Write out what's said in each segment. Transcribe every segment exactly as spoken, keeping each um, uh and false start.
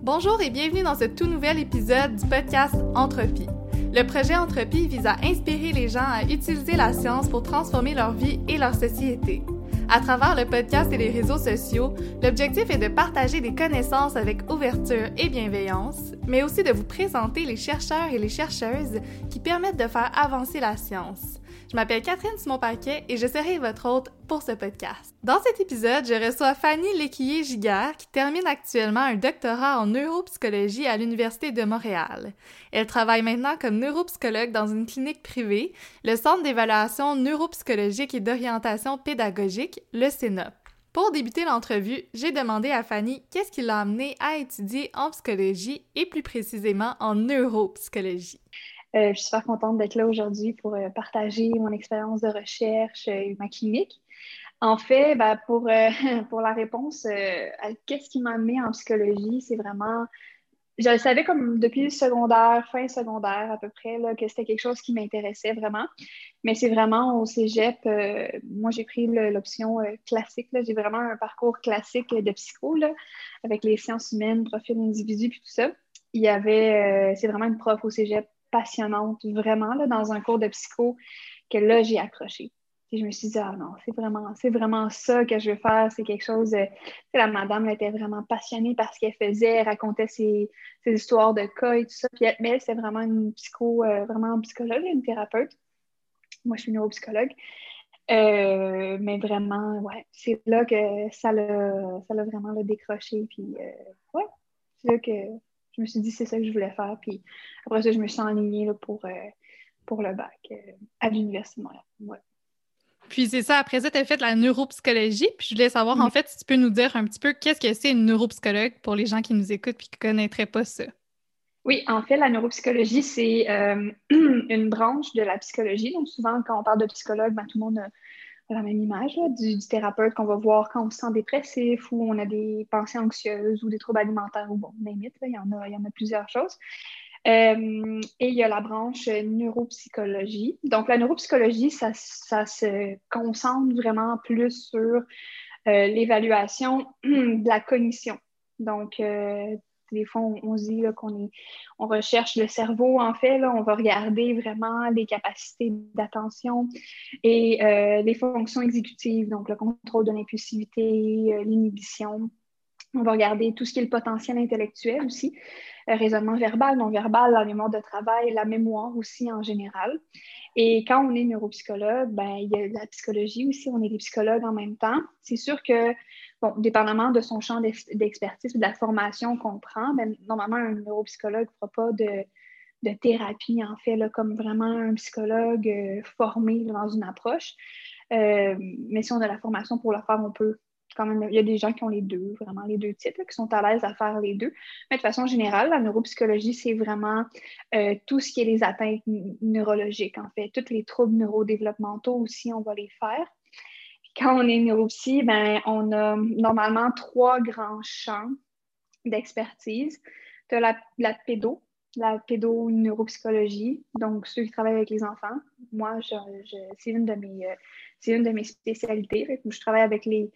Bonjour et bienvenue dans ce tout nouvel épisode du podcast Entropie. Le projet Entropie vise à inspirer les gens à utiliser la science pour transformer leur vie et leur société. À travers le podcast et les réseaux sociaux, l'objectif est de partager des connaissances avec ouverture et bienveillance, mais aussi de vous présenter les chercheurs et les chercheuses qui permettent de faire avancer la science. Je m'appelle Catherine Simon-Paquet et je serai votre hôte pour ce podcast. Dans cet épisode, je reçois Fanny Lécuyer-Giguère qui termine actuellement un doctorat en neuropsychologie à l'Université de Montréal. Elle travaille maintenant comme neuropsychologue dans une clinique privée, le Centre d'évaluation neuropsychologique et d'orientation pédagogique, le C E N O P. Pour débuter l'entrevue, j'ai demandé à Fanny qu'est-ce qui l'a amenée à étudier en psychologie et plus précisément en neuropsychologie. Euh, je suis super contente d'être là aujourd'hui pour euh, partager mon expérience de recherche et ma clinique. En fait, ben, pour, euh, pour la réponse euh, à qu'est-ce qui m'a amenée en psychologie, c'est vraiment... Je le savais comme depuis le secondaire, fin secondaire à peu près, là, que c'était quelque chose qui m'intéressait vraiment. Mais c'est vraiment au cégep, euh, moi j'ai pris le, l'option euh, classique. Là. J'ai vraiment un parcours classique de psycho, là, avec les sciences humaines, profil d'individu puis tout ça. Il y avait, euh, c'est vraiment une prof au cégep passionnante, vraiment, là, dans un cours de psycho, que là, j'ai accroché. Et je me suis dit, ah non, c'est vraiment, c'est vraiment ça que je veux faire. C'est quelque chose... Euh, la madame elle était vraiment passionnée par ce qu'elle faisait. Elle racontait ses, ses histoires de cas et tout ça. Puis elle, mais elle, c'est vraiment une psycho, euh, vraiment psychologue, une thérapeute. Moi, je suis neuropsychologue. Euh, mais vraiment, ouais, c'est là que ça l'a, ça l'a vraiment là, décroché. Puis, euh, ouais, c'est là que je me suis dit, c'est ça que je voulais faire. Puis après ça, je me suis enlignée là, pour, euh, pour le bac euh, à l'Université de Montréal. Ouais. Puis c'est ça, après ça, tu as fait la neuropsychologie. Puis je voulais savoir, en fait, si tu peux nous dire un petit peu qu'est-ce que c'est une neuropsychologue pour les gens qui nous écoutent et qui ne connaîtraient pas ça. Oui, en fait, la neuropsychologie, c'est euh, une branche de la psychologie. Donc souvent, quand on parle de psychologue, ben, tout le monde a la même image là, du, du thérapeute qu'on va voir quand on se sent dépressif ou on a des pensées anxieuses ou des troubles alimentaires ou bon, limite, il y en a, il y en a plusieurs choses. Euh, et il y a la branche neuropsychologie. Donc, la neuropsychologie, ça, ça se concentre vraiment plus sur euh, l'évaluation de la cognition. Donc, euh, des fois, on, on se dit là, qu'on est, on recherche le cerveau, en fait, là, on va regarder vraiment les capacités d'attention et euh, les fonctions exécutives, donc le contrôle de l'impulsivité, euh, l'inhibition. On va regarder tout ce qui est le potentiel intellectuel aussi, euh, raisonnement verbal, non-verbal, la mémoire de travail, la mémoire aussi en général. Et quand on est neuropsychologue, ben, il y a la psychologie aussi, on est des psychologues en même temps. C'est sûr que, bon, dépendamment de son champ d'expertise et de la formation qu'on prend, ben, normalement, un neuropsychologue ne fera pas de, de thérapie, en fait, là, comme vraiment un psychologue euh, formé là, dans une approche. Euh, mais si on a la formation pour le faire, on peut quand même, il y a des gens qui ont les deux, vraiment les deux titres, là, qui sont à l'aise à faire les deux. Mais de façon générale, la neuropsychologie, c'est vraiment euh, tout ce qui est les atteintes neurologiques, en fait. Tous les troubles neurodéveloppementaux aussi, on va les faire. Puis quand on est neuropsy, ben, on a normalement trois grands champs d'expertise. Tu as la, la pédo, la pédoneuropsychologie, donc ceux qui travaillent avec les enfants. Moi, je, je, c'est, une de mes, euh, c'est une de mes spécialités. Je travaille avec les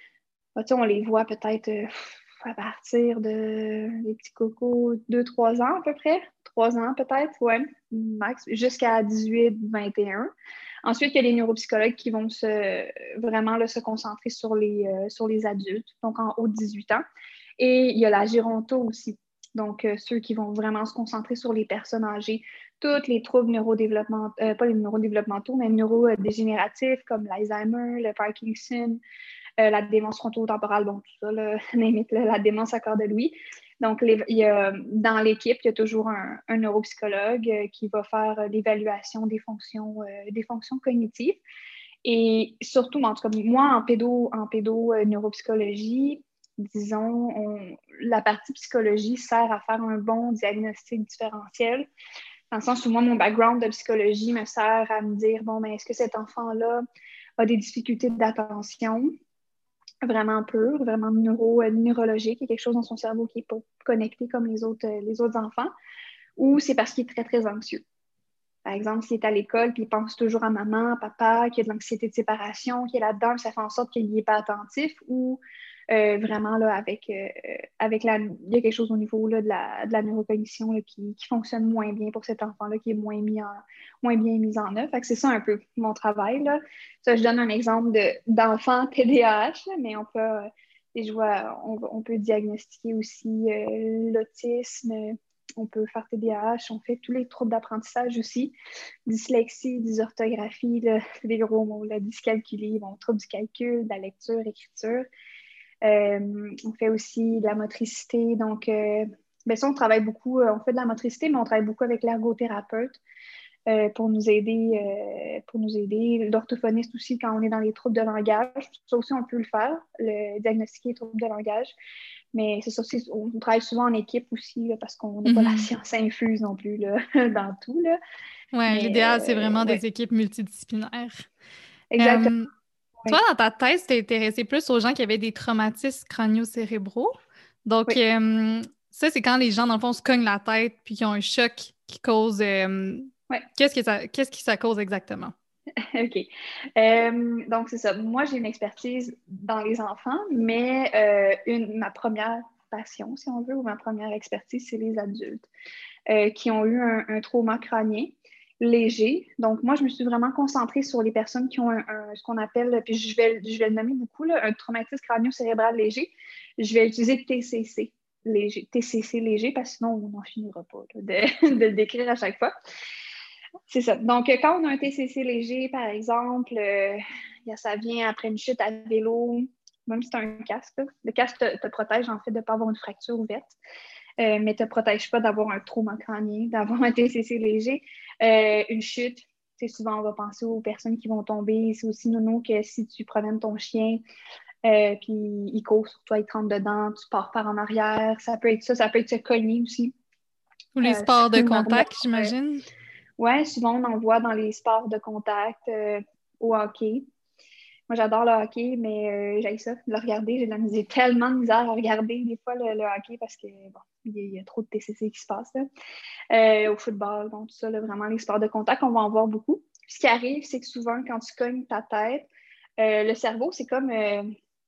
on les voit peut-être euh, à partir de des petits cocos, deux trois ans à peu près. trois ans peut-être, ouais, max, jusqu'à dix-huit vingt et un. Ensuite, il y a les neuropsychologues qui vont se, vraiment là, se concentrer sur les, euh, sur les adultes, donc en haut de dix-huit ans. Et il y a la géronto aussi, donc euh, ceux qui vont vraiment se concentrer sur les personnes âgées. Tous les troubles neurodéveloppementaux, euh, pas les neurodéveloppementaux, mais neurodégénératifs comme l'Alzheimer, le Parkinson, Euh, la démence frontotemporale, bon, tout ça, là, la démence à corps de Louis. Donc, les, il y a, dans l'équipe, il y a toujours un, un neuropsychologue euh, qui va faire euh, l'évaluation des fonctions, euh, des fonctions cognitives. Et surtout, en tout cas, moi, en pédo, en pédo euh, neuropsychologie, disons, on, la partie psychologie sert à faire un bon diagnostic différentiel. Dans le sens où moi, mon background de psychologie me sert à me dire, bon, mais est-ce que cet enfant-là a des difficultés d'attention? Vraiment pur, vraiment neuro, euh, neurologique, il y a quelque chose dans son cerveau qui n'est pas connecté comme les autres, euh, les autres enfants, ou c'est parce qu'il est très, très anxieux. Par exemple, s'il est à l'école puis il pense toujours à maman, à papa, qu'il y a de l'anxiété de séparation, qu'il est là-dedans, ça fait en sorte qu'il n'y est pas attentif, ou Euh, vraiment, là, avec, euh, avec la... Il y a quelque chose au niveau là, de, la, de la neurocognition là, qui, qui fonctionne moins bien pour cet enfant-là, qui est moins, mis en, moins bien mis en œuvre. Fait que c'est ça un peu mon travail, là. Ça, je donne un exemple de, d'enfant T D A H, là, mais on peut, euh, je vois, on, on peut diagnostiquer aussi euh, l'autisme, on peut faire T D A H, on fait tous les troubles d'apprentissage aussi, dyslexie, dysorthographie, là, c'est des gros mots, la dyscalculie, bon, troubles du calcul, de la lecture, écriture. Euh, on fait aussi de la motricité, donc euh, ben ça, on travaille beaucoup, euh, on fait de la motricité, mais on travaille beaucoup avec l'ergothérapeute euh, pour nous aider, euh, pour nous aider. L'orthophoniste aussi, quand on est dans les troubles de langage, ça aussi, on peut le faire, le diagnostiquer les troubles de langage. Mais c'est ça, c'est, on travaille souvent en équipe aussi, là, parce qu'on n'a pas la Mhm. science infuse non plus là, dans tout. Là. Ouais, l'idéal, c'est Mais vraiment euh, des ouais, équipes multidisciplinaires. exactement. Euh, Toi, Oui, dans ta thèse, t'es intéressé plus aux gens qui avaient des traumatismes crânio-cérébraux. Donc, oui. euh, ça, c'est quand les gens, dans le fond, se cognent la tête puis qu'ils ont un choc qui cause... euh, Ouais. qu'est-ce que ça, qu'est-ce qui ça cause exactement? OK. Euh, donc, c'est ça. Moi, j'ai une expertise dans les enfants, mais euh, une, ma première passion, si on veut, ou ma première expertise, c'est les adultes euh, qui ont eu un, un trauma crânien léger. Donc, moi, je me suis vraiment concentrée sur les personnes qui ont un, un- ce qu'on appelle, puis je vais, je vais le nommer beaucoup, là, un traumatisme crânio-cérébral léger. Je vais utiliser T C C léger, T C C léger, parce que sinon, on n'en finira pas là, de, de le décrire à chaque fois. C'est ça. Donc, euh, quand on a un T C C léger, par exemple, euh, ça vient après une chute à vélo, même si c'est un casque, là. Le casque te, te protège en fait de ne pas avoir une fracture ouverte, euh, mais ne te protège pas d'avoir un trauma crânien, d'avoir un T C C léger. Euh, une chute, c'est souvent, on va penser aux personnes qui vont tomber. C'est aussi nono que si tu promènes ton chien, euh, puis il court sur toi, il te rentre dedans, tu pars par en arrière. Ça peut être ça, ça peut être se cogner aussi. Ou les Euh, sports de une armoire. contact, euh, j'imagine? Ouais, souvent on en voit dans les sports de contact, euh, au hockey. Moi, j'adore le hockey, mais euh, j'aime ça, le regarder. J'ai de la misère, tellement de misère à regarder des fois le, le hockey parce que bon, il y, a, il y a trop de T C C qui se passent. Là. Euh, au football, bon, tout ça, là, vraiment les sports de contact, on va en voir beaucoup. Puis, ce qui arrive, c'est que souvent, quand tu cognes ta tête, euh, le cerveau, c'est comme, euh,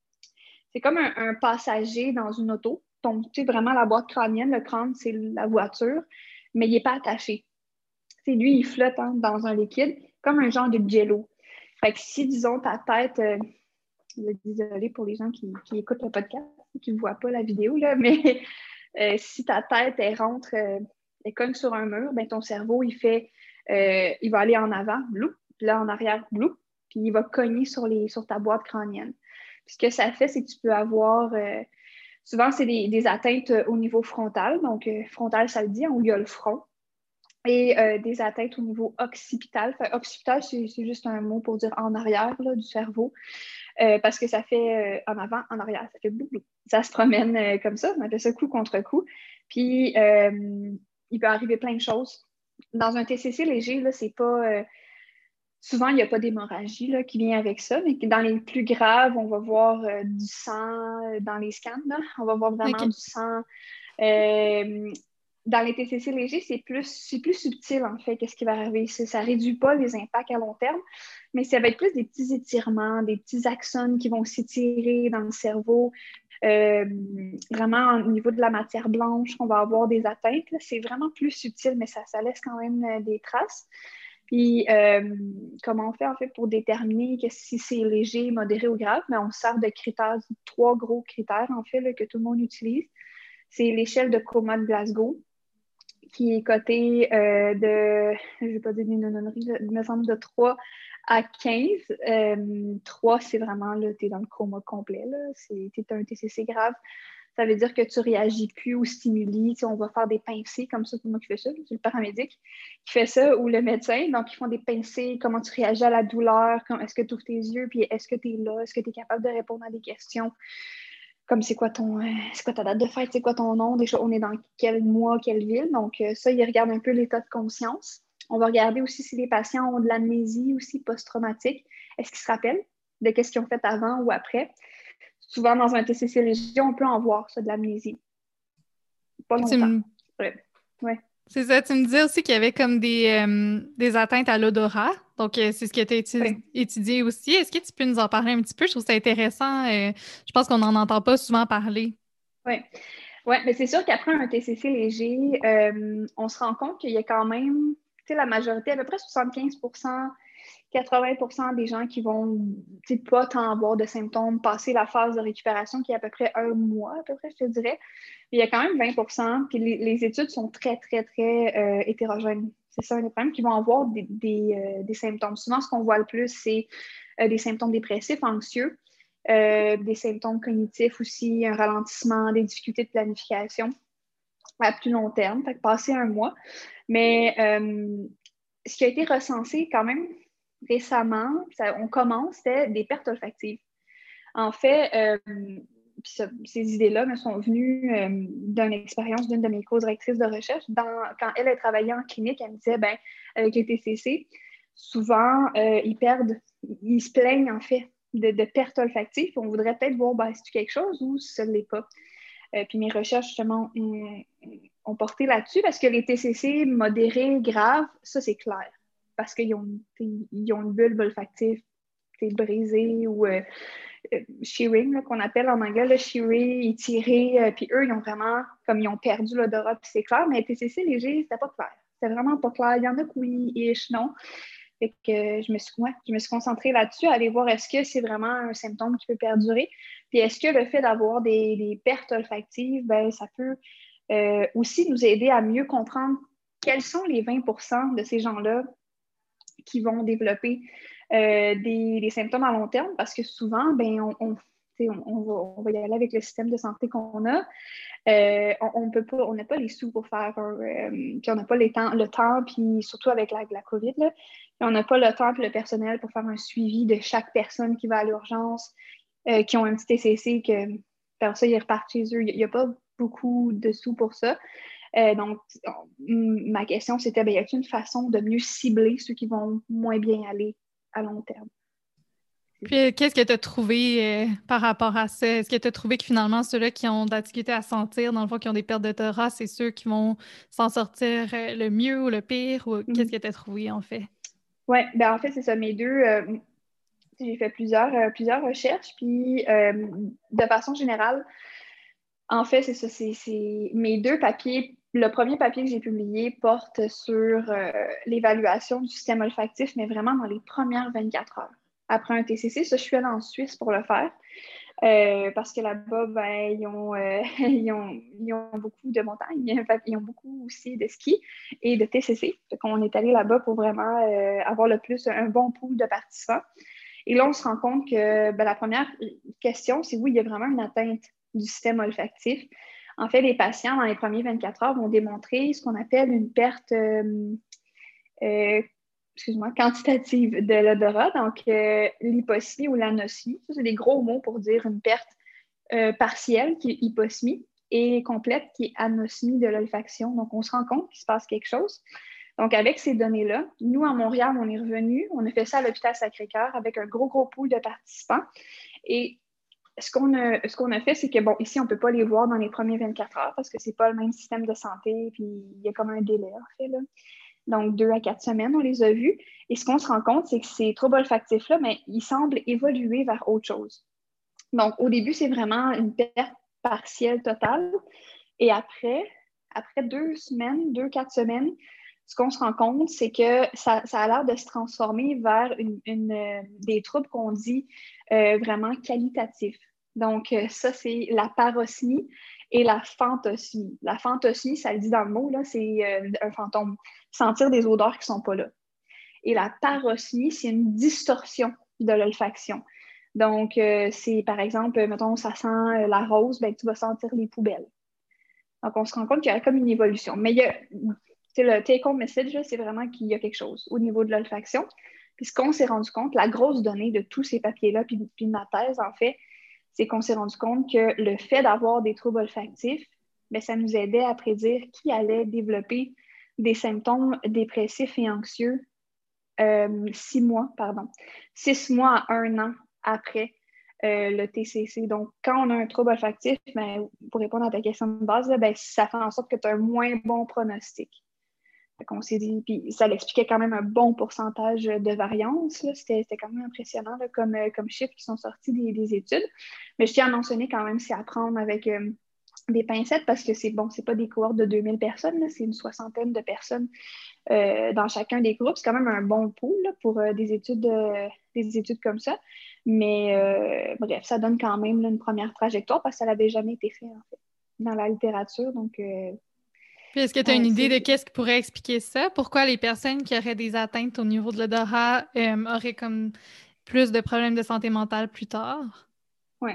c'est comme un, un passager dans une auto. Donc, tu sais, vraiment la boîte crânienne, le crâne, c'est la voiture, mais il n'est pas attaché. C'est lui, il flotte hein, dans un liquide, comme un genre de jello. Fait que si, disons, ta tête, euh, désolée pour les gens qui, qui écoutent le podcast, qui ne voient pas la vidéo, là, mais euh, si ta tête, elle rentre, euh, elle cogne sur un mur, ben, ton cerveau, il fait, euh, il va aller en avant, blou, puis là, en arrière, blou, puis il va cogner sur, les, sur ta boîte crânienne. Puis ce que ça fait, c'est que tu peux avoir, euh, souvent, c'est des, des atteintes au niveau frontal, donc euh, frontal, ça le dit, hein, où il y a le front et euh, des atteintes au niveau occipital. Fait, occipital, c'est, c'est juste un mot pour dire en arrière là, du cerveau, euh, parce que ça fait euh, en avant, en arrière, ça fait blou blou. Ça se promène euh, comme ça, on appelle ça coup contre coup. Puis, euh, il peut arriver plein de choses. Dans un T C C léger, là, c'est pas... Euh, souvent, il n'y a pas d'hémorragie là, qui vient avec ça, mais dans les plus graves, on va voir euh, du sang euh, dans les scans. Là. On va voir vraiment OK. du sang. Euh, dans les T C C légers, c'est plus, c'est plus subtil, en fait, qu'est-ce qui va arriver. Ça ne réduit pas les impacts à long terme, mais ça va être plus des petits étirements, des petits axones qui vont s'étirer dans le cerveau. Euh, vraiment, au niveau de la matière blanche, on va avoir des atteintes. Là. C'est vraiment plus subtil, mais ça, ça laisse quand même euh, des traces. Puis, euh, comment on fait, en fait, pour déterminer que si c'est léger, modéré ou grave? Mais on sert de critères, trois gros critères, en fait, là, que tout le monde utilise. C'est l'échelle de coma de Glasgow, qui est cotée euh, de, je ne vais pas dire des nonneries, il me semble de trois à quinze. Euh, trois, c'est vraiment, là, tu es dans le coma complet, là. Tu es un T C C grave. Ça veut dire que tu ne réagis plus aux stimuli. Tu sais, on va faire des pincées, comme ça, c'est moi qui fais ça, c'est le paramédic qui fait ça, ou le médecin. Donc, ils font des pincées, comment tu réagis à la douleur, est-ce que tu ouvres tes yeux, puis est-ce que tu es là, est-ce que tu es capable de répondre à des questions, comme c'est quoi ton, euh, c'est quoi ta date de fête, c'est quoi ton nom, des choses, on est dans quel mois, quelle ville. Donc, euh, ça, ils regardent un peu l'état de conscience. On va regarder aussi si les patients ont de l'amnésie aussi post-traumatique. Est-ce qu'ils se rappellent de qu'est-ce qu'ils ont fait avant ou après? Souvent, dans un T C C léger, on peut en voir, ça, de l'amnésie. Pas Tu longtemps. me- Ouais. Ouais. C'est ça, tu me disais aussi qu'il y avait comme des, euh, des atteintes à l'odorat. Donc, euh, c'est ce que tu as Oui. étudié aussi. Est-ce que tu peux nous en parler un petit peu? Je trouve ça intéressant. Euh, je pense qu'on n'en entend pas souvent parler. Oui. Ouais, mais c'est sûr qu'après un T C C léger, euh, on se rend compte qu'il y a quand même, tu sais, la majorité, à peu près soixante-quinze pour cent, quatre-vingts pour cent des gens qui vont, tu sais, pas tant avoir de symptômes, passer la phase de récupération qui est à peu près un mois, à peu près, je te dirais. Il y a quand même vingt pour cent, puis les, les études sont très, très, très euh, hétérogènes. C'est ça, un des problèmes qui vont avoir des, des, euh, des symptômes. Souvent, ce qu'on voit le plus, c'est euh, des symptômes dépressifs, anxieux. Euh, des symptômes cognitifs aussi, un ralentissement, des difficultés de planification à plus long terme, fait que passer un mois. Mais euh, ce qui a été recensé quand même récemment, ça, on commence, c'était des pertes olfactives. En fait, euh, ça, ces idées-là me sont venues euh, d'une expérience d'une de mes co-directrices de recherche. Dans, quand elle a travaillé en clinique, elle me disait, ben, avec les T C C, souvent, euh, ils perdent, ils se plaignent en fait de, de pertes olfactives. On voudrait peut-être voir, ben, c'est-tu quelque chose ou ce n'est pas. Euh, puis mes recherches, justement, ont, ont porté là-dessus parce que les T C C modérés, graves, ça, c'est clair. Parce qu'ils ont, ils ont une bulbe olfactive brisée ou euh, euh, shearing, là, qu'on appelle en anglais, le shearing, étiré. Euh, puis eux, ils ont vraiment, comme ils ont perdu l'odorat, puis c'est clair. Mais T C C léger, c'était pas clair. C'était vraiment pas clair. Il y en a que oui, ish, non. Fait que euh, je me suis, ouais, je me suis concentrée là-dessus, à aller voir est-ce que c'est vraiment un symptôme qui peut perdurer. Puis est-ce que le fait d'avoir des, des pertes olfactives, ben, ça peut euh, aussi nous aider à mieux comprendre quels sont les vingt pour cent de ces gens-là qui vont développer euh, des, des symptômes à long terme, parce que souvent, ben, on, on, on, on, va, on va y aller avec le système de santé qu'on a. Euh, on, on peut pas, on n'a pas les sous pour faire, euh, puis on n'a pas les temps, le temps, puis surtout avec la, la COVID, là, on n'a pas le temps et le personnel pour faire un suivi de chaque personne qui va à l'urgence, euh, qui ont un petit T C C, que par ça, ils repartent chez eux. Il n'y a, a pas beaucoup de sous pour ça. Euh, donc, on, ma question, c'était, ben, y a-t-il une façon de mieux cibler ceux qui vont moins bien aller à long terme? Puis, qu'est-ce que tu as trouvé euh, par rapport à ça? Est-ce que tu as trouvé que finalement, ceux-là qui ont de la difficulté à sentir, dans le fond, qui ont des pertes d'odorat, c'est ceux qui vont s'en sortir euh, le mieux ou le pire? Ou Mm-hmm. qu'est-ce que tu as trouvé, en fait? Oui, ben en fait, c'est ça. Mes deux, euh, j'ai fait plusieurs, euh, plusieurs recherches, puis euh, de façon générale, en fait, c'est ça. C'est, c'est mes deux papiers. Le premier papier que j'ai publié porte sur euh, l'évaluation du système olfactif, mais vraiment dans les premières vingt-quatre heures après un T C C. Ça, je suis allée en Suisse pour le faire. Euh, parce que là-bas, ben, ils, ont, euh, ils, ont, ils ont beaucoup de montagnes, ils ont beaucoup aussi de ski et de T C C. Donc, on est allé là-bas pour vraiment euh, avoir le plus un bon pool de participants. Et là, on se rend compte que ben, la première question, c'est oui, il y a vraiment une atteinte du système olfactif. En fait, les patients, dans les premières vingt-quatre heures, vont démontrer ce qu'on appelle une perte euh, euh, excuse-moi, quantitative de l'odorat, donc euh, l'hyposmie ou l'anosmie. Ça, c'est des gros mots pour dire une perte euh, partielle qui est hyposmie et complète qui est anosmie de l'olfaction. Donc, on se rend compte qu'il se passe quelque chose. Donc, avec ces données-là, nous, à Montréal, on est revenus, on a fait ça à l'hôpital Sacré-Cœur avec un gros, gros pool de participants. Et ce qu'on a, ce qu'on a fait, c'est que, bon, ici, on ne peut pas les voir dans les premières vingt-quatre heures parce que ce n'est pas le même système de santé, puis il y a comme un délai, en fait, là. Donc, deux à quatre semaines, on les a vus. Et ce qu'on se rend compte, c'est que ces troubles olfactifs-là, mais ils semblent évoluer vers autre chose. Donc, au début, c'est vraiment une perte partielle totale. Et après, après deux semaines, deux, quatre semaines, ce qu'on se rend compte, c'est que ça, ça a l'air de se transformer vers une, une, euh, des troubles qu'on dit euh, vraiment qualitatifs. Donc, euh, ça, c'est la parosmie et la phantosmie. La phantosmie, ça le dit dans le mot, là, c'est euh, un fantôme. Sentir des odeurs qui ne sont pas là. Et la parosmie, c'est une distorsion de l'olfaction. Donc, euh, c'est par exemple, mettons, ça sent euh, la rose, ben, tu vas sentir les poubelles. Donc, on se rend compte qu'il y a comme une évolution. Mais il y a, le take-home message, c'est vraiment qu'il y a quelque chose au niveau de l'olfaction. Puis ce qu'on s'est rendu compte, la grosse donnée de tous ces papiers-là, puis, puis de ma thèse, en fait, c'est qu'on s'est rendu compte que le fait d'avoir des troubles olfactifs, bien, ça nous aidait à prédire qui allait développer des symptômes dépressifs et anxieux euh, six mois, pardon, six mois à un an après euh, le T C C. Donc, quand on a un trouble olfactif, ben, pour répondre à ta question de base, là, ben, ça fait en sorte que tu as un moins bon pronostic. Fait qu'on s'est dit, puis ça l'expliquait quand même un bon pourcentage de variance. Là. C'était, c'était quand même impressionnant là, comme, euh, comme chiffres qui sont sortis des, des études. Mais je tiens à mentionner quand même, c'est à prendre avec euh, des pincettes parce que c'est bon, c'est pas des cohortes de deux mille personnes, là, c'est une soixantaine de personnes euh, dans chacun des groupes. C'est quand même un bon pool là, pour euh, des études euh, des études comme ça. Mais euh, bref, ça donne quand même là, une première trajectoire parce que ça n'avait jamais été fait en fait, dans la littérature. Donc, euh, Puis est-ce que tu as une ouais, idée de c'est... qu'est-ce qui pourrait expliquer ça? Pourquoi les personnes qui auraient des atteintes au niveau de l'odorat euh, auraient comme plus de problèmes de santé mentale plus tard? Ouais.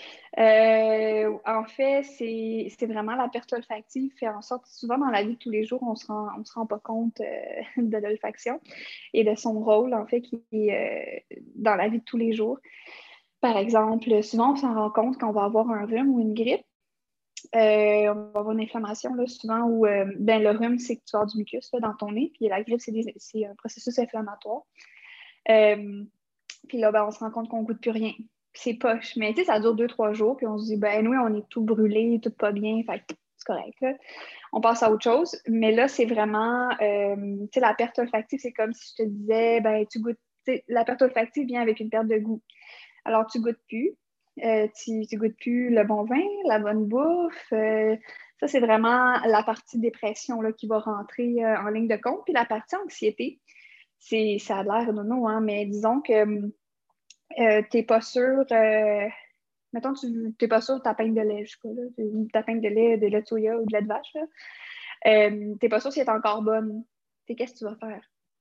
Euh, en fait, c'est, c'est vraiment la perte olfactive fait en sorte, souvent dans la vie de tous les jours, on se rend, on se rend pas compte euh, de l'olfaction et de son rôle, en fait, qui est euh, dans la vie de tous les jours. Par exemple, souvent, on s'en rend compte quand on va avoir un rhume ou une grippe. Euh, on va avoir une inflammation, là, souvent, où euh, ben, le rhume, c'est que tu as du mucus là, dans ton nez, puis la grippe, c'est, des, c'est un processus inflammatoire. Euh, puis là, ben, on se rend compte qu'on ne goûte plus rien. C'est poche. Mais tu sais, ça dure deux, trois jours, puis on se dit, ben oui, on est tout brûlé, tout pas bien, fait que c'est correct. Là. On passe à autre chose. Mais là, c'est vraiment, euh, tu sais, la perte olfactive, c'est comme si je te disais, ben tu goûtes, tu sais, la perte olfactive vient avec une perte de goût. Alors, tu goûtes plus. Euh, tu, tu goûtes plus le bon vin, la bonne bouffe. Euh, ça, c'est vraiment la partie dépression là, qui va rentrer euh, en ligne de compte. Puis la partie anxiété, c'est, ça a l'air nono, hein, mais disons que euh, t'es pas sûr, euh, mettons, tu t'es pas sûr de ta pinte de lait, je sais pas, là, ta pinte de lait, de lait de soya ou de lait de vache, là. Euh, t'es pas sûr si elle est encore bonne. T'sais, qu'est-ce que tu vas faire?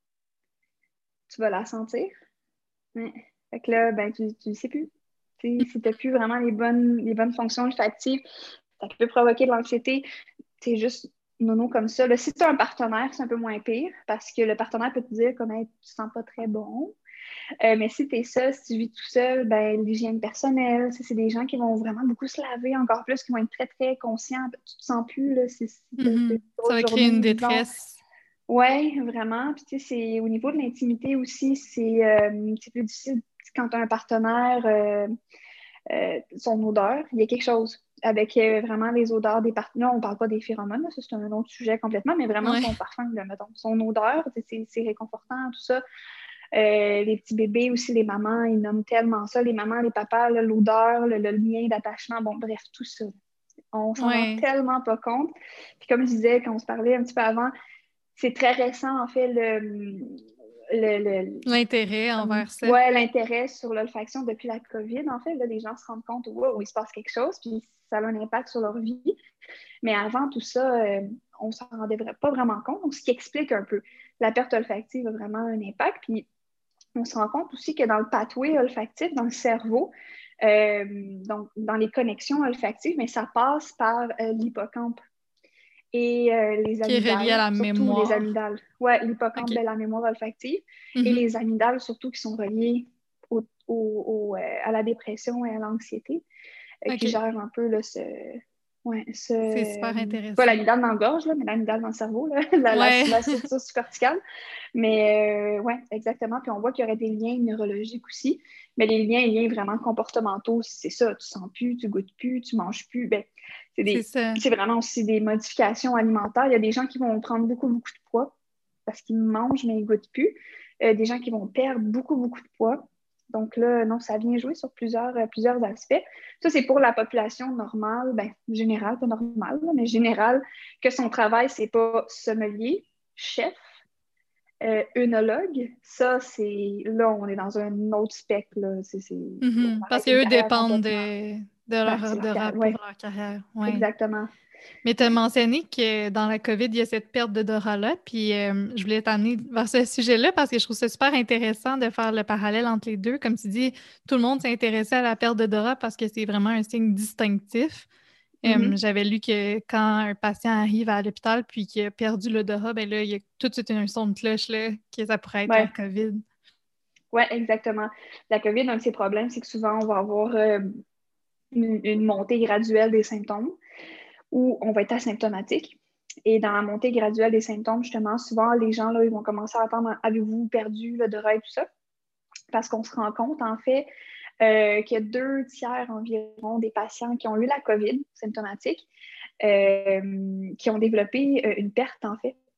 Tu vas la sentir. Ouais. Fait que là, ben, tu, tu sais plus. T'sais, si t'as plus vraiment les bonnes, les bonnes fonctions olfactives, ça peut provoquer de l'anxiété. C'est juste nono comme ça. Là, si tu as un partenaire, c'est un peu moins pire parce que le partenaire peut te dire comme hey, tu te sens pas très bon. Euh, mais si tu es seul, si tu vis tout seul, ben, l'hygiène personnelle, c'est des gens qui vont vraiment beaucoup se laver encore plus, qui vont être très, très conscients. Tu te sens plus, là, si tu as Mhm. une Ça grosse va créer une journée, disons. détresse. Oui, vraiment. Puis, tu sais, c'est au niveau de l'intimité aussi, c'est euh, c'est plus difficile quand tu as un partenaire, euh, euh, son odeur, il y a quelque chose avec euh, vraiment les odeurs des partenaires. On ne parle pas des phéromones, là, ça c'est un autre sujet complètement, mais vraiment Ouais. son parfum, là, mettons, son odeur, c'est c'est réconfortant, tout ça. Euh, les petits bébés aussi, les mamans, ils nomment tellement ça, les mamans, les papas, là, l'odeur, le, le lien d'attachement, bon, bref, tout ça. On s'en rend Ouais. tellement pas compte. Puis comme je disais, quand on se parlait un petit peu avant, c'est très récent, en fait, le, le, le, L'intérêt comme, envers ça. ouais, l'intérêt sur l'olfaction depuis la COVID. En fait, là, les gens se rendent compte, wow, il se passe quelque chose, puis ça a un impact sur leur vie. Mais avant tout ça, euh, on ne s'en rendait pas vraiment compte. Donc, ce qui explique un peu. La perte olfactive a vraiment un impact. Puis, on se rend compte aussi que dans le pathway olfactif, dans le cerveau, euh, donc dans les connexions olfactives, mais ça passe par euh, l'hippocampe et euh, les Qui est relié à amygdales, la surtout les mémoire. amygdales. Ouais, l'hippocampe OK. de la mémoire olfactive et Mhm. les amygdales, surtout, qui sont reliées au, au, au, euh, à la dépression et à l'anxiété, euh, qui OK. gèrent un peu là, ce, ouais, C'est ce, super pas intéressant. l'amygdale dans la gorge, là, mais l'amygdale dans le cerveau, là, la, la, Ouais. la structure subcorticale. Mais euh, ouais, exactement. Puis on voit qu'il y aurait des liens neurologiques aussi. Mais les liens, les liens vraiment comportementaux, c'est ça. Tu sens plus, tu goûtes plus, tu manges plus. Ben, c'est C'est des, ça. c'est vraiment aussi des modifications alimentaires. Il y a des gens qui vont prendre beaucoup, beaucoup de poids parce qu'ils mangent, mais ils goûtent plus. Euh, des gens qui vont perdre beaucoup, beaucoup de poids. Donc là, non, ça vient jouer sur plusieurs, euh, plusieurs aspects. Ça, c'est pour la population normale, ben, générale, pas normale, là, mais générale, que son travail, c'est pas sommelier, chef, euh, œnologue. Ça, c'est là, on est dans un autre spectre. Là. C'est, c'est... On Mhm. Parce arrête une qu'eux carrière dépendent complètement. de, de Ben, leur c'est leur odorat carrière. pour Oui, leur carrière. Ouais. exactement. Mais tu as Ouais. mentionné que dans la COVID, il y a cette perte d'odorat-là. Puis euh, je voulais t'amener vers ce sujet-là parce que je trouve ça super intéressant de faire le parallèle entre les deux. Comme tu dis, tout le monde s'est intéressé à la perte d'odorat parce que c'est vraiment un signe distinctif. Euh, Mm-hmm. j'avais lu que quand un patient arrive à l'hôpital puis qu'il a perdu l'odorat, ben là, il y a tout de suite un son de cloche là, que ça pourrait être la Ouais. COVID. Ouais, exactement. La COVID, un de ses problèmes, c'est que souvent, on va avoir euh, une, une montée graduelle des symptômes où on va être asymptomatique. Et dans la montée graduelle des symptômes, justement, souvent, les gens, là, ils vont commencer à attendre, avez-vous perdu l'odorat et tout ça? Parce qu'on se rend compte, en fait, euh, qu'il y a deux tiers environ des patients qui ont eu la COVID symptomatique, euh, qui ont développé euh, une perte, en fait,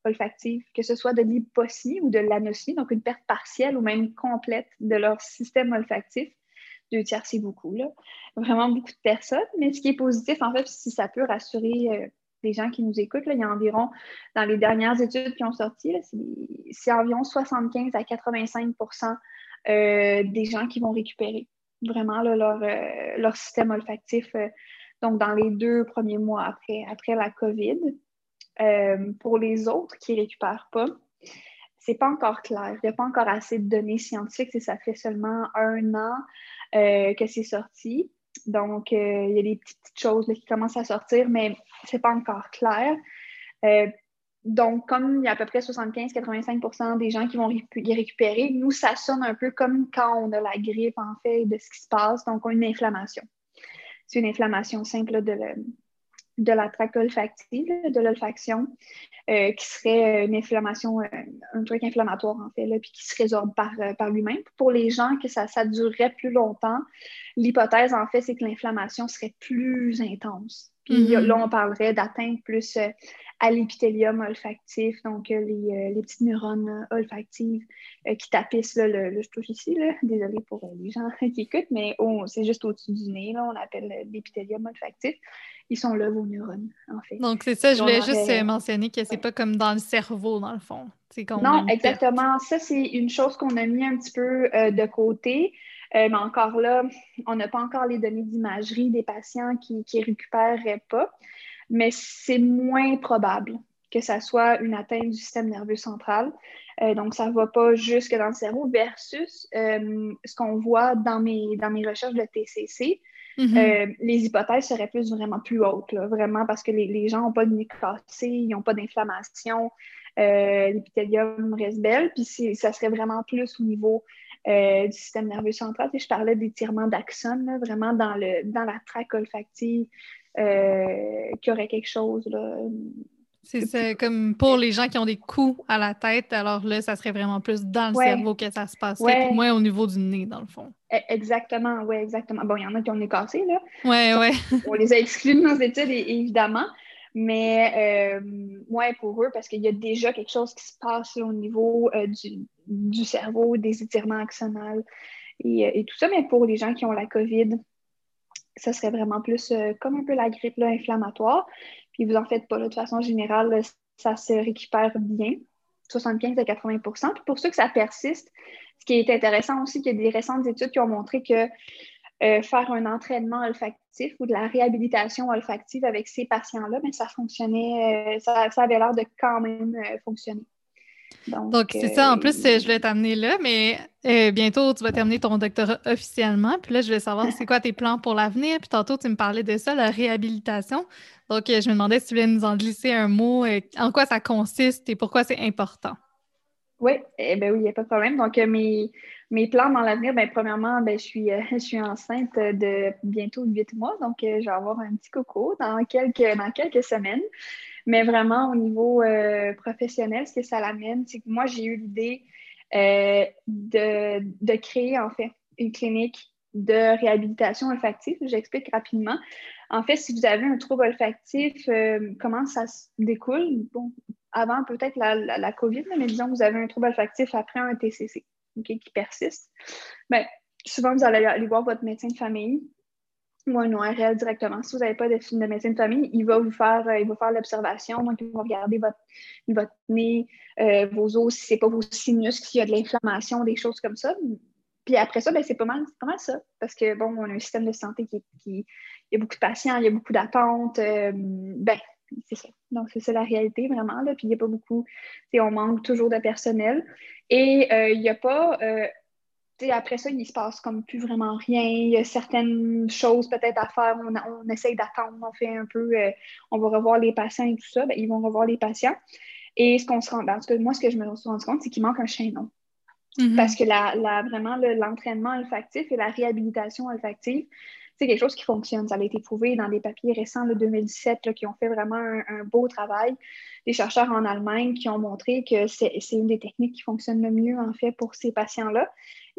olfactive, que ce soit de l'hyposmie ou de l'anosmie, donc une perte partielle ou même complète de leur système olfactif. Deux tiers, c'est beaucoup, là. Vraiment beaucoup de personnes. Mais ce qui est positif, en fait, si ça peut rassurer euh, les gens qui nous écoutent, là, il y a environ, dans les dernières études qui ont sorti, là, c'est, c'est environ soixante-quinze à quatre-vingt-cinq pour cent euh, des gens qui vont récupérer vraiment là, leur, euh, leur système olfactif, euh, donc dans les deux premiers mois après, après la COVID. Euh, pour les autres qui ne récupèrent pas, c'est pas encore clair. Il n'y a pas encore assez de données scientifiques. Ça fait seulement un an euh, que c'est sorti. Donc, euh, il y a des petites, petites choses là, qui commencent à sortir, mais c'est pas encore clair. Euh, donc, comme il y a à peu près soixante-quinze à quatre-vingt-cinq pour cent des gens qui vont y récupérer, nous, ça sonne un peu comme quand on a la grippe, en fait, de ce qui se passe. Donc, on a une inflammation. C'est une inflammation simple là, de, le, de la tracte olfactive, de l'olfaction, euh, qui serait une inflammation, euh, un truc inflammatoire, en fait, là, puis qui se résorbe par, euh, par lui-même. Pour les gens que ça, ça durerait plus longtemps, l'hypothèse, en fait, c'est que l'inflammation serait plus intense. Puis mm-hmm. là, on parlerait d'atteinte plus euh, à l'épithélium olfactif, donc euh, les, euh, les petites neurones olfactives euh, qui tapissent, là, le, le, je touche ici, là, désolée pour euh, les gens qui écoutent, mais oh, c'est juste au-dessus du nez, là, on appelle euh, l'épithélium olfactif. Ils sont là, vos neurones, en fait. Donc, c'est ça, je voulais aurait... juste mentionner que c'est ouais. pas comme dans le cerveau, dans le fond. C'est non, exactement. Ça, c'est une chose qu'on a mis un petit peu euh, de côté. Euh, mais encore là, on n'a pas encore les données d'imagerie des patients qui ne récupèrent pas. Mais c'est moins probable que ça soit une atteinte du système nerveux central. Euh, donc, ça ne va pas jusque dans le cerveau versus euh, ce qu'on voit dans mes, dans mes recherches de T C C. Mm-hmm. Euh, les hypothèses seraient plus vraiment plus hautes, là, vraiment parce que les, les gens n'ont pas de nez cassé, ils n'ont pas d'inflammation, euh, l'épithélium reste belle, puis ça serait vraiment plus au niveau euh, du système nerveux central. Et je parlais d'étirement d'axone, là, vraiment dans, le, dans la tracte olfactive, euh, qu'il y aurait quelque chose là. C'est ça, comme pour les gens qui ont des coups à la tête, alors là, ça serait vraiment plus dans le ouais. cerveau que ça se passerait, ouais. puis moins au niveau du nez, dans le fond. Exactement, oui, exactement. Bon, il y en a qui ont le nez cassé, là. Oui, oui. On les a exclus de nos études, évidemment. Mais, euh, ouais, pour eux, parce qu'il y a déjà quelque chose qui se passe là, au niveau euh, du, du cerveau, des étirements axonales et, et tout ça. Mais pour les gens qui ont la COVID, ça serait vraiment plus euh, comme un peu la grippe là, inflammatoire. Puis vous en faites pas, là, de façon générale, là, ça se récupère bien, soixante-quinze à quatre-vingts pour cent. Puis pour ceux que ça persiste, ce qui est intéressant aussi, qu'il y a des récentes études qui ont montré que euh, faire un entraînement olfactif ou de la réhabilitation olfactive avec ces patients-là, bien, ça fonctionnait, euh, ça, ça avait l'air de quand même euh, fonctionner. Donc, Donc c'est euh, ça. En plus, euh, je vais t'amener là, mais euh, bientôt, tu vas terminer ton doctorat officiellement. Puis là, je vais savoir c'est quoi tes plans pour l'avenir. Puis tantôt, tu me parlais de ça, la réhabilitation. Donc, euh, je me demandais si tu voulais nous en glisser un mot, euh, en quoi ça consiste et pourquoi c'est important. Oui, eh ben oui, il n'y a pas de problème. Donc, euh, mes, mes plans dans l'avenir, ben, premièrement, ben, je, suis, euh, je suis enceinte de bientôt huit mois. Donc, euh, je vais avoir un petit coco dans quelques, dans quelques semaines. Mais vraiment, au niveau euh, professionnel, ce que ça l'amène, c'est que moi, j'ai eu l'idée euh, de, de créer, en fait, une clinique de réhabilitation olfactive. J'explique rapidement. En fait, si vous avez un trouble olfactif, euh, comment ça se découle? Bon, avant peut-être la, la, la COVID, mais disons que vous avez un trouble olfactif après un T C C, okay, qui persiste. Bien, souvent, vous allez aller voir votre médecin de famille ou un O R L directement. Si vous n'avez pas de, de médecin de famille, il va vous faire, euh, il va faire l'observation. Donc, il va regarder votre, votre nez, euh, vos os, si ce n'est pas vos sinus, s'il y a de l'inflammation, des choses comme ça. Puis après ça, ben, c'est pas mal, c'est pas mal ça. Parce que, bon, on a un système de santé qui, qui il y a beaucoup de patients, il y a beaucoup d'attentes. Euh, ben, c'est ça. Donc, c'est ça la réalité, vraiment. Là. Puis, il n'y a pas beaucoup... On manque toujours de personnel. Et euh, il n'y a pas... Euh, après ça, il ne se passe comme plus vraiment rien. Il y a certaines choses peut-être à faire. On, on essaye d'attendre. On fait un peu... Euh, on va revoir les patients et tout ça. Ben, ils vont revoir les patients. Et ce qu'on se rend... Ben, en tout cas, moi, ce que je me suis rendu compte, c'est qu'il manque un chaînon. Mm-hmm. Parce que la, la, vraiment, le, l'entraînement olfactif et la réhabilitation olfactive, c'est quelque chose qui fonctionne. Ça a été prouvé dans des papiers récents, le deux mille dix-sept, là, qui ont fait vraiment un, un beau travail. Des chercheurs en Allemagne qui ont montré que c'est, c'est une des techniques qui fonctionne le mieux, en fait, pour ces patients-là.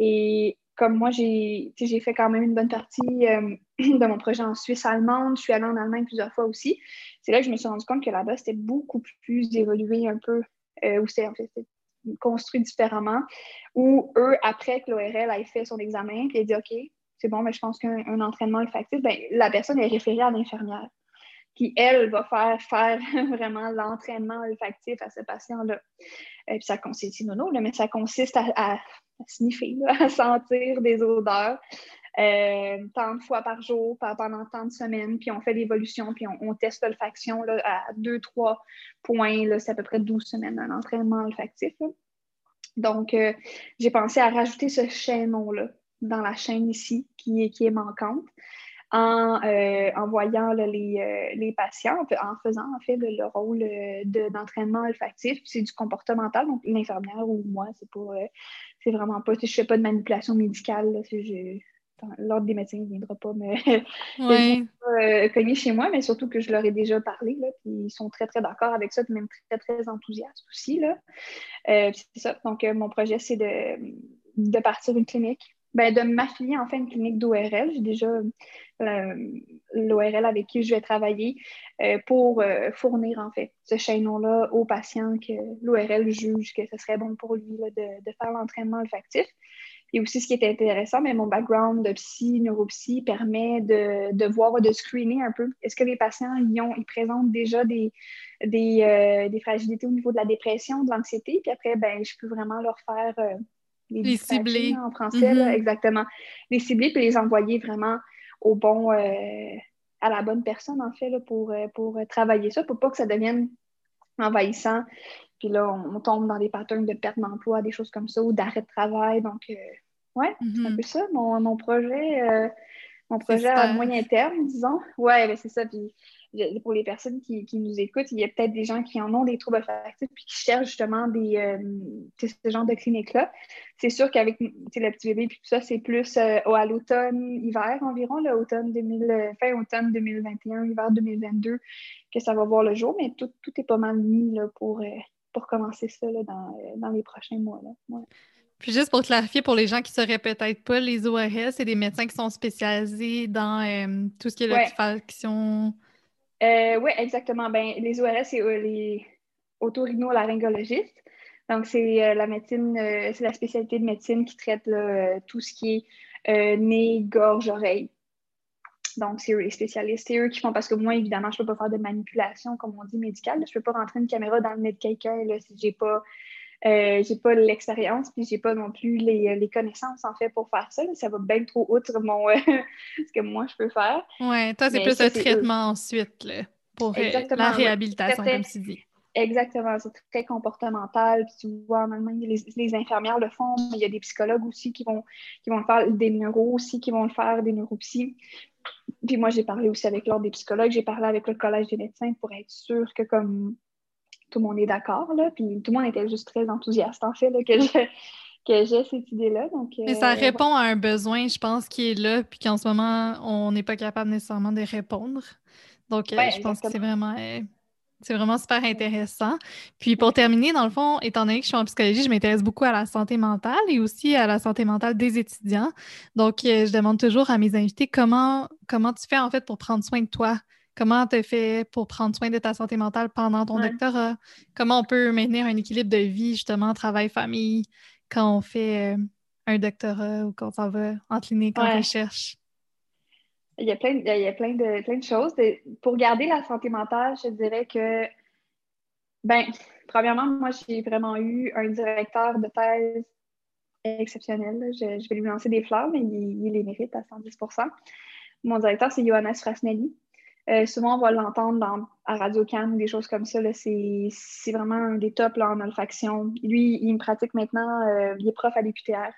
Et comme moi, j'ai, j'ai fait quand même une bonne partie euh, de mon projet en Suisse allemande. Je suis allée en Allemagne plusieurs fois aussi. C'est là que je me suis rendu compte que là-bas, c'était beaucoup plus évolué un peu euh, ou c'est en fait c'est construit différemment, où eux, après que l'O R L ait fait son examen, puis elle dit OK, c'est bon, mais je pense qu'un un entraînement olfactif, ben, la personne est référée à l'infirmière, qui, elle, va faire faire vraiment l'entraînement olfactif à ce patient-là. Et puis ça consiste, nono, là, mais ça consiste à, à, à sniffer, là, à sentir des odeurs. Euh, tant de fois par jour, pendant tant de semaines, puis on fait l'évolution, puis on, on teste l'olfaction là, à deux trois points. Là, c'est à peu près douze semaines d'un entraînement olfactif. Là. Donc, euh, j'ai pensé à rajouter ce chaînon-là dans la chaîne ici, qui est, qui est manquante, en, euh, en voyant là, les, euh, les patients, en faisant en fait le, le rôle euh, de, d'entraînement olfactif. C'est du comportemental, donc l'infirmière ou moi, c'est pas, euh, c'est vraiment pas, je fais pas de manipulation médicale, là, c'est, je, l'ordre des médecins ne viendra pas me Ouais. euh, cogner chez moi, mais surtout que je leur ai déjà parlé, là, puis ils sont très, très d'accord avec ça, puis même très, très enthousiastes aussi, là. Euh, c'est ça. Donc, euh, mon projet, c'est de, de partir une clinique, ben, de m'affilier en fait à une clinique d'O R L. J'ai déjà euh, l'O R L avec qui je vais travailler euh, pour euh, fournir en fait ce chaînon-là aux patients que l'O R L juge que ce serait bon pour lui là, de, de faire l'entraînement olfactif. Et aussi, ce qui est intéressant, mais mon background de psy, neuropsy permet de, de voir, de screener un peu. Est-ce que les patients, ils, ont, ils présentent déjà des, des, euh, des fragilités au niveau de la dépression, de l'anxiété? Puis après, ben, je peux vraiment leur faire euh, les Les dispatcher cibler. là, en français, là, Mm-hmm. exactement. Les cibler puis les envoyer vraiment au bon, euh, à la bonne personne, en fait, là, pour, euh, pour travailler ça, pour pas que ça devienne envahissant. Puis là, on, on tombe dans des patterns de perte d'emploi, des choses comme ça, ou d'arrêt de travail. Donc, euh, ouais, c'est un Mm-hmm. peu ça, mon, mon projet, euh, mon C'est projet à super. moyen terme, disons. Ouais, ben c'est ça. Puis je- pour les personnes qui, qui nous écoutent, il y a peut-être des gens qui en ont des troubles olfactifs puis qui cherchent justement des, euh, tu sais, ce genre de clinique-là. C'est sûr qu'avec tu sais, le petit bébé puis tout ça, c'est plus euh, à l'automne, hiver environ, là, automne deux mille, euh, fin automne deux mille vingt et un, hiver deux mille vingt-deux, que ça va voir le jour, mais tout, tout est pas mal mis là, pour, euh, pour commencer ça là, dans, euh, dans les prochains mois. Là. Ouais. Puis juste pour clarifier, pour les gens qui ne sauraient peut-être pas, les O R S, c'est des médecins qui sont spécialisés dans euh, tout ce qui est Ouais, l'olfaction. euh, ouais, exactement. Ben, les O R S, c'est euh, les otorhinolaryngologistes. Donc, c'est euh, la médecine, euh, c'est la spécialité de médecine qui traite là, euh, tout ce qui est euh, nez, gorge, oreille. Donc, c'est eux les spécialistes. C'est eux qui font, parce que moi, évidemment, je ne peux pas faire de manipulation, comme on dit, médicale. Je ne peux pas rentrer une caméra dans le nez de quelqu'un là, si je n'ai pas, euh, j'ai pas l'expérience, puis j'ai pas non plus les, les connaissances, en fait, pour faire ça. Là. Ça va bien trop outre mon, euh, ce que moi, je peux faire. Ouais, toi, c'est Mais plus ça, un c'est eux. traitement ensuite, là, pour euh, la Exactement, oui. Très, réhabilitation, très, comme tu dis. exactement. C'est très comportemental. Puis tu vois, en Allemagne, les, les infirmières le font, mais il y a des psychologues aussi qui vont, qui vont le faire, des neuros aussi qui vont le faire, des neuropsies. Puis moi, j'ai parlé aussi avec l'ordre des psychologues, j'ai parlé avec le collège des médecins pour être sûr que comme tout le monde est d'accord, là, puis tout le monde était juste très enthousiaste, en fait, là, que je, que j'ai cette idée-là. Donc, Mais ça euh, répond à un besoin, je pense, qui est là, puis qu'en ce moment, on n'est pas capable nécessairement de répondre. Donc, euh, ouais, je pense que c'est exactement. vraiment, euh, c'est vraiment super intéressant. Puis, pour Ouais, terminer, dans le fond, étant donné que je suis en psychologie, je m'intéresse beaucoup à la santé mentale et aussi à la santé mentale des étudiants. Donc, euh, je demande toujours à mes invités comment, comment tu fais, en fait, pour prendre soin de toi. Comment tu fais pour prendre soin de ta santé mentale pendant ton ouais. doctorat? Comment on peut maintenir un équilibre de vie, justement, travail-famille, quand on fait euh, un doctorat ou quand on va en clinique en Ouais. recherche? Il y a plein, de- il y a plein de, plein de choses. De- pour garder la santé mentale, je dirais que, ben, premièrement, moi, j'ai vraiment eu un directeur de thèse exceptionnel. Là. Je, je vais lui lancer des fleurs, mais il, il les mérite à cent dix pour cent. Mon directeur, c'est Johannes Frasnelli. Euh, souvent, on va l'entendre dans, à Radio-Can ou des choses comme ça. Là. C'est, c'est vraiment un des tops là, en olfaction. Lui, il me pratique maintenant, euh, il est prof à l'U Q T R.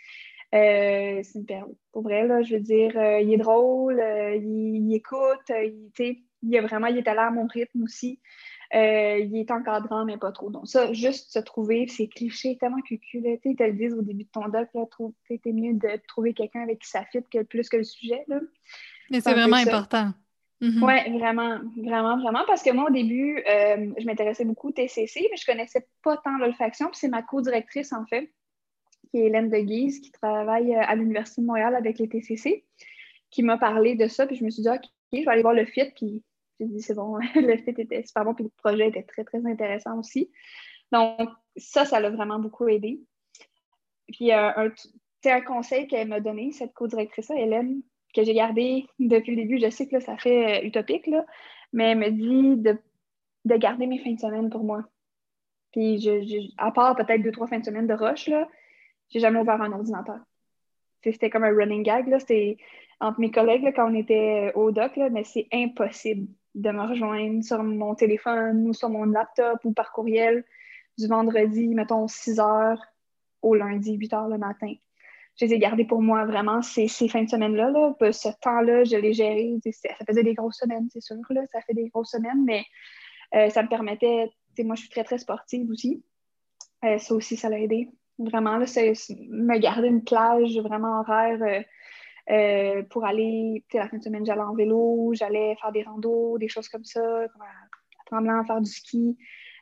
Euh, c'est une perle. Pour vrai, là, je veux dire, euh, il est drôle, euh, il, il écoute, euh, il, tu sais, il est vraiment, il est allé à mon rythme aussi. Euh, il est encadrant, mais pas trop. Donc, ça, juste se trouver, c'est cliché tellement cucu, là. Tu sais, ils te le disent au début de ton doc, là, trouve, tu sais, t'es mieux de trouver quelqu'un avec qui ça fit que plus que le sujet, là. Mais C'est c'est un peu vraiment ça. important. Mhm. Ouais, vraiment, vraiment, vraiment. Parce que moi, au début, euh, je m'intéressais beaucoup au T C C, mais je connaissais pas tant l'olfaction. Puis c'est ma co-directrice, en fait, qui est Hélène de Guise, qui travaille euh, à l'Université de Montréal avec les T C C, qui m'a parlé de ça. Puis je me suis dit, OK, je vais aller voir le fit. Puis j'ai dit, c'est bon, le fit était super bon. Puis le projet était très, très intéressant aussi. Donc, ça, ça l'a vraiment beaucoup aidé. Puis, euh, un, c'est un conseil qu'elle m'a donné, cette co-directrice-là, Hélène, que j'ai gardé depuis le début. Je sais que là, ça fait euh, utopique, là, mais elle me dit de, de garder mes fins de semaine pour moi. Puis, je, je, à part peut-être deux, trois fins de semaine de rush, là, j'ai jamais ouvert un ordinateur. C'était comme un running gag, là. C'était entre mes collègues là, quand on était au doc, là, mais c'est impossible de me rejoindre sur mon téléphone ou sur mon laptop ou par courriel du vendredi, mettons six heures au lundi, huit heures le matin. Je les ai gardés pour moi, vraiment, ces, ces fins de semaine-là. Là. Ce temps-là, je l'ai géré. Ça faisait des grosses semaines, c'est sûr. Là. Ça fait des grosses semaines, mais euh, ça me permettait... Moi, je suis très, très sportive aussi. Euh, ça aussi, ça l'a aidé. Vraiment, là, c'est me garder une plage vraiment horaire euh, euh, pour aller... La fin de semaine, j'allais en vélo, j'allais faire des randos, des choses comme ça, comme à, à Tremblant, faire du ski.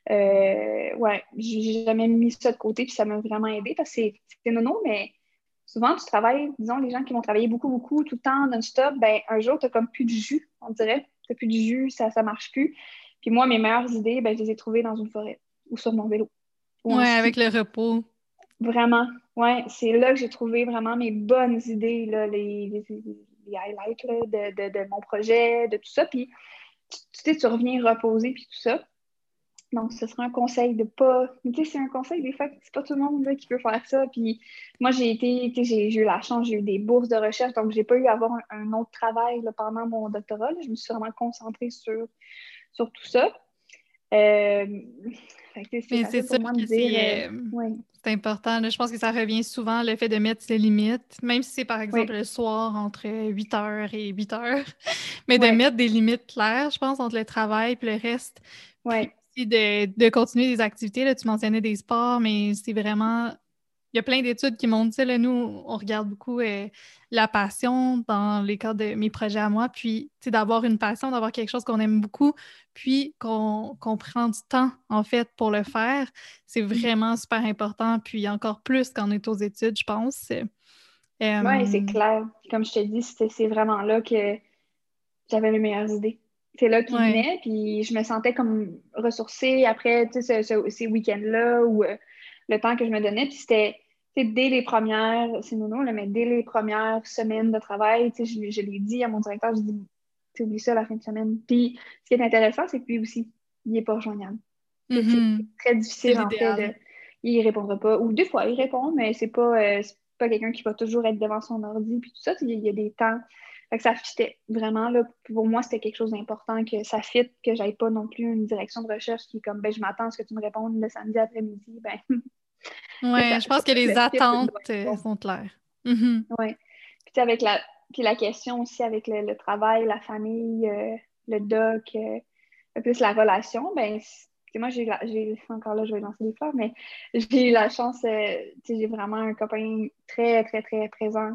Euh, ouais, j'ai jamais mis ça de côté, puis ça m'a vraiment aidé parce que c'est nono, mais souvent, tu travailles, disons, les gens qui vont travailler beaucoup, beaucoup, tout le temps, non-stop, ben un jour, tu n'as comme plus de jus, on dirait. Tu n'as plus de jus, ça ne marche plus. Puis moi, mes meilleures idées, ben, je les ai trouvées dans une forêt ou sur mon vélo. Ou ouais, avec le repos. Vraiment, ouais, c'est là que j'ai trouvé vraiment mes bonnes idées, là, les, les, les highlights là, de, de, de mon projet, de tout ça. Puis, tu, tu sais, tu reviens reposer, puis tout ça. Donc, ce serait un conseil de pas... Tu sais, c'est un conseil, des fois, c'est pas tout le monde là, qui peut faire ça. Puis moi, j'ai été... Tu sais, j'ai, j'ai eu la chance, j'ai eu des bourses de recherche, donc j'ai pas eu à avoir un, un autre travail là, pendant mon doctorat. Là. Je me suis vraiment concentrée sur, sur tout ça. Euh... Fait que, c'est Mais facile c'est pour sûr moi que de dire... c'est Euh... euh, Ouais. c'est important. Là. Je pense que ça revient souvent, le fait de mettre ses limites, même si c'est par exemple Oui. le soir entre huit heures et huit heures, mais de Ouais. mettre des limites claires, je pense, entre le travail et le reste. Puis Ouais. aussi de, de continuer des activités. Là, tu mentionnais des sports, mais c'est vraiment... Il y a plein d'études qui montrent ça. Là. Nous, on regarde beaucoup euh, la passion dans les cadres de mes projets à moi. Puis, tu sais, d'avoir une passion, d'avoir quelque chose qu'on aime beaucoup, puis qu'on qu'on prend du temps, en fait, pour le faire, c'est vraiment super important. Puis, encore plus quand on est aux études, je pense. Oui, c'est Euh, clair. Comme je te dis, c'est, c'est vraiment là que j'avais mes meilleures idées. C'est là qu'ils ouais. venaient, puis je me sentais comme ressourcée après tu sais, ce- ce- ces week-ends-là ou euh, le temps que je me donnais. Puis c'était tu sais, dès les premières, c'est nono, là, mais dès les premières semaines de travail, tu sais, je, je l'ai dit à mon directeur, je dis, tu oublies ça la fin de semaine. Puis ce qui est intéressant, c'est que lui aussi, il n'est pas rejoignable. Tu sais, c'est Mhm. très C'est difficile, en fait, de... l'idéal. Il répondra pas. Ou des fois, il répond, mais c'est pas, euh, c'est pas quelqu'un qui va toujours être devant son ordi, puis tout ça. Il y, a il y a des temps. Fait que ça fitait vraiment, là. Pour moi, c'était quelque chose d'important, que ça fitte, que j'aille pas non plus une direction de recherche qui est comme, ben, je m'attends à ce que tu me répondes le samedi après-midi. Ben, que Ouais, ça, je pense que le les fit doit attentes être euh, bon. sont claires. Mhm. Ouais. Puis, tu sais, avec la, puis la question aussi avec le, le travail, la famille, euh, le doc, euh, plus la relation, ben, c'est- moi, j'ai, la- j'ai encore là, je vais lancer des fleurs, mais j'ai eu la chance, euh, tu sais, j'ai vraiment un copain très, très, très présent.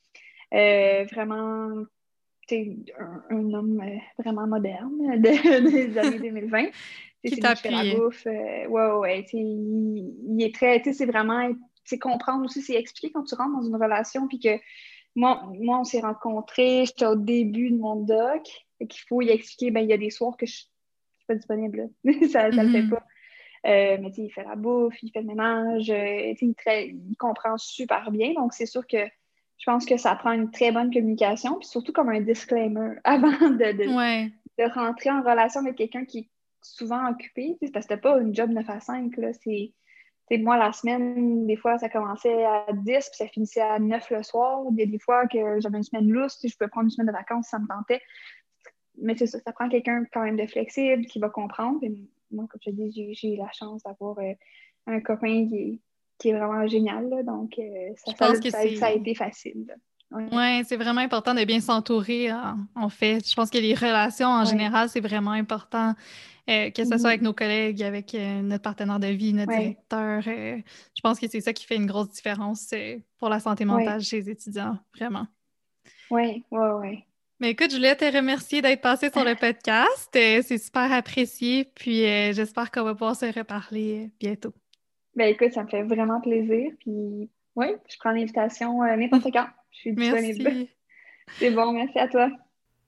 Euh, vraiment, tu sais, un, un homme euh, vraiment moderne de- des années deux mille vingt. Tu sais, Qui c'est lui qui fait la t'appuie. bouffe. Euh, ouais, ouais, ouais, tu sais, il, il est très, tu sais, c'est vraiment, c'est comprendre aussi, c'est expliquer quand tu rentres dans une relation, puis que moi, moi, on s'est rencontrés, j'étais au début de mon doc, et qu'il faut y expliquer, ben, il y a des soirs que je suis pas disponible, là. ça, ça le fait Mhm. pas. Euh, mais tu sais, il fait la bouffe, il fait le ménage, euh, tu sais, il, tra- il comprend super bien. Donc, c'est sûr que je pense que ça prend une très bonne communication, puis surtout comme un disclaimer avant de, de, Ouais. de rentrer en relation avec quelqu'un qui est souvent occupé, tu sais, parce que c'était pas une job neuf à cinq, là, c'est... Tu sais, moi, la semaine, des fois, ça commençait à dix puis ça finissait à neuf le soir. Il y a des fois que j'avais une semaine lousse, tu sais, je pouvais prendre une semaine de vacances si ça me tentait. Mais c'est ça, ça prend quelqu'un quand même de flexible, qui va comprendre. Et moi, comme je te dis, j'ai, j'ai eu la chance d'avoir euh, un copain qui est, qui est vraiment génial. Là. Donc, euh, Je ça, ça, pense que ça, ça a c'est... été facile. Là. Ouais. Ouais, c'est vraiment important de bien s'entourer, en, en fait. Je pense que les relations, en Ouais. général, c'est vraiment important, euh, que ce soit avec Mhm. nos collègues, avec euh, notre partenaire de vie, notre Ouais. directeur. euh, je pense que c'est ça qui fait une grosse différence, euh, pour la santé Ouais. mentale chez les étudiants, vraiment. Ouais. Ouais. Ouais. Mais écoute, je voulais te remercier d'être passé sur le podcast. Euh, c'est super apprécié, puis euh, j'espère qu'on va pouvoir se reparler euh, bientôt. Ben écoute, ça me fait vraiment plaisir. Puis, oui, je prends l'invitation euh, n'importe quand. Je suis disponible. Merci. C'est bon, merci à toi.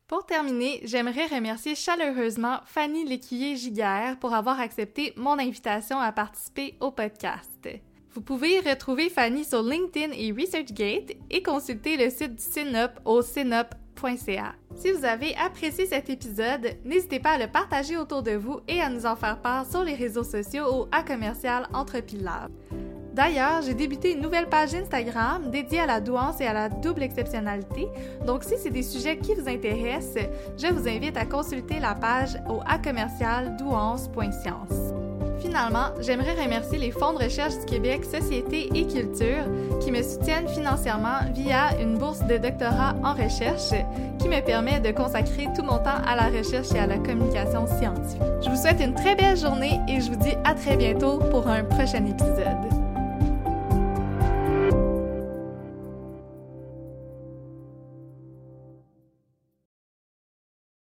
Pour terminer, j'aimerais remercier chaleureusement Fanny Lécuyer-Giguère pour avoir accepté mon invitation à participer au podcast. Vous pouvez retrouver Fanny sur LinkedIn et ResearchGate et consulter le site du Cénop au cénop point c a. Si vous avez apprécié cet épisode, n'hésitez pas à le partager autour de vous et à nous en faire part sur les réseaux sociaux au A commercial Entrepilab. D'ailleurs, j'ai débuté une nouvelle page Instagram dédiée à la douance et à la double exceptionnalité, donc si c'est des sujets qui vous intéressent, je vous invite à consulter la page au a commercial douance point science. Finalement, j'aimerais remercier les Fonds de recherche du Québec Société et Culture qui me soutiennent financièrement via une bourse de doctorat en recherche qui me permet de consacrer tout mon temps à la recherche et à la communication scientifique. Je vous souhaite une très belle journée et je vous dis à très bientôt pour un prochain épisode.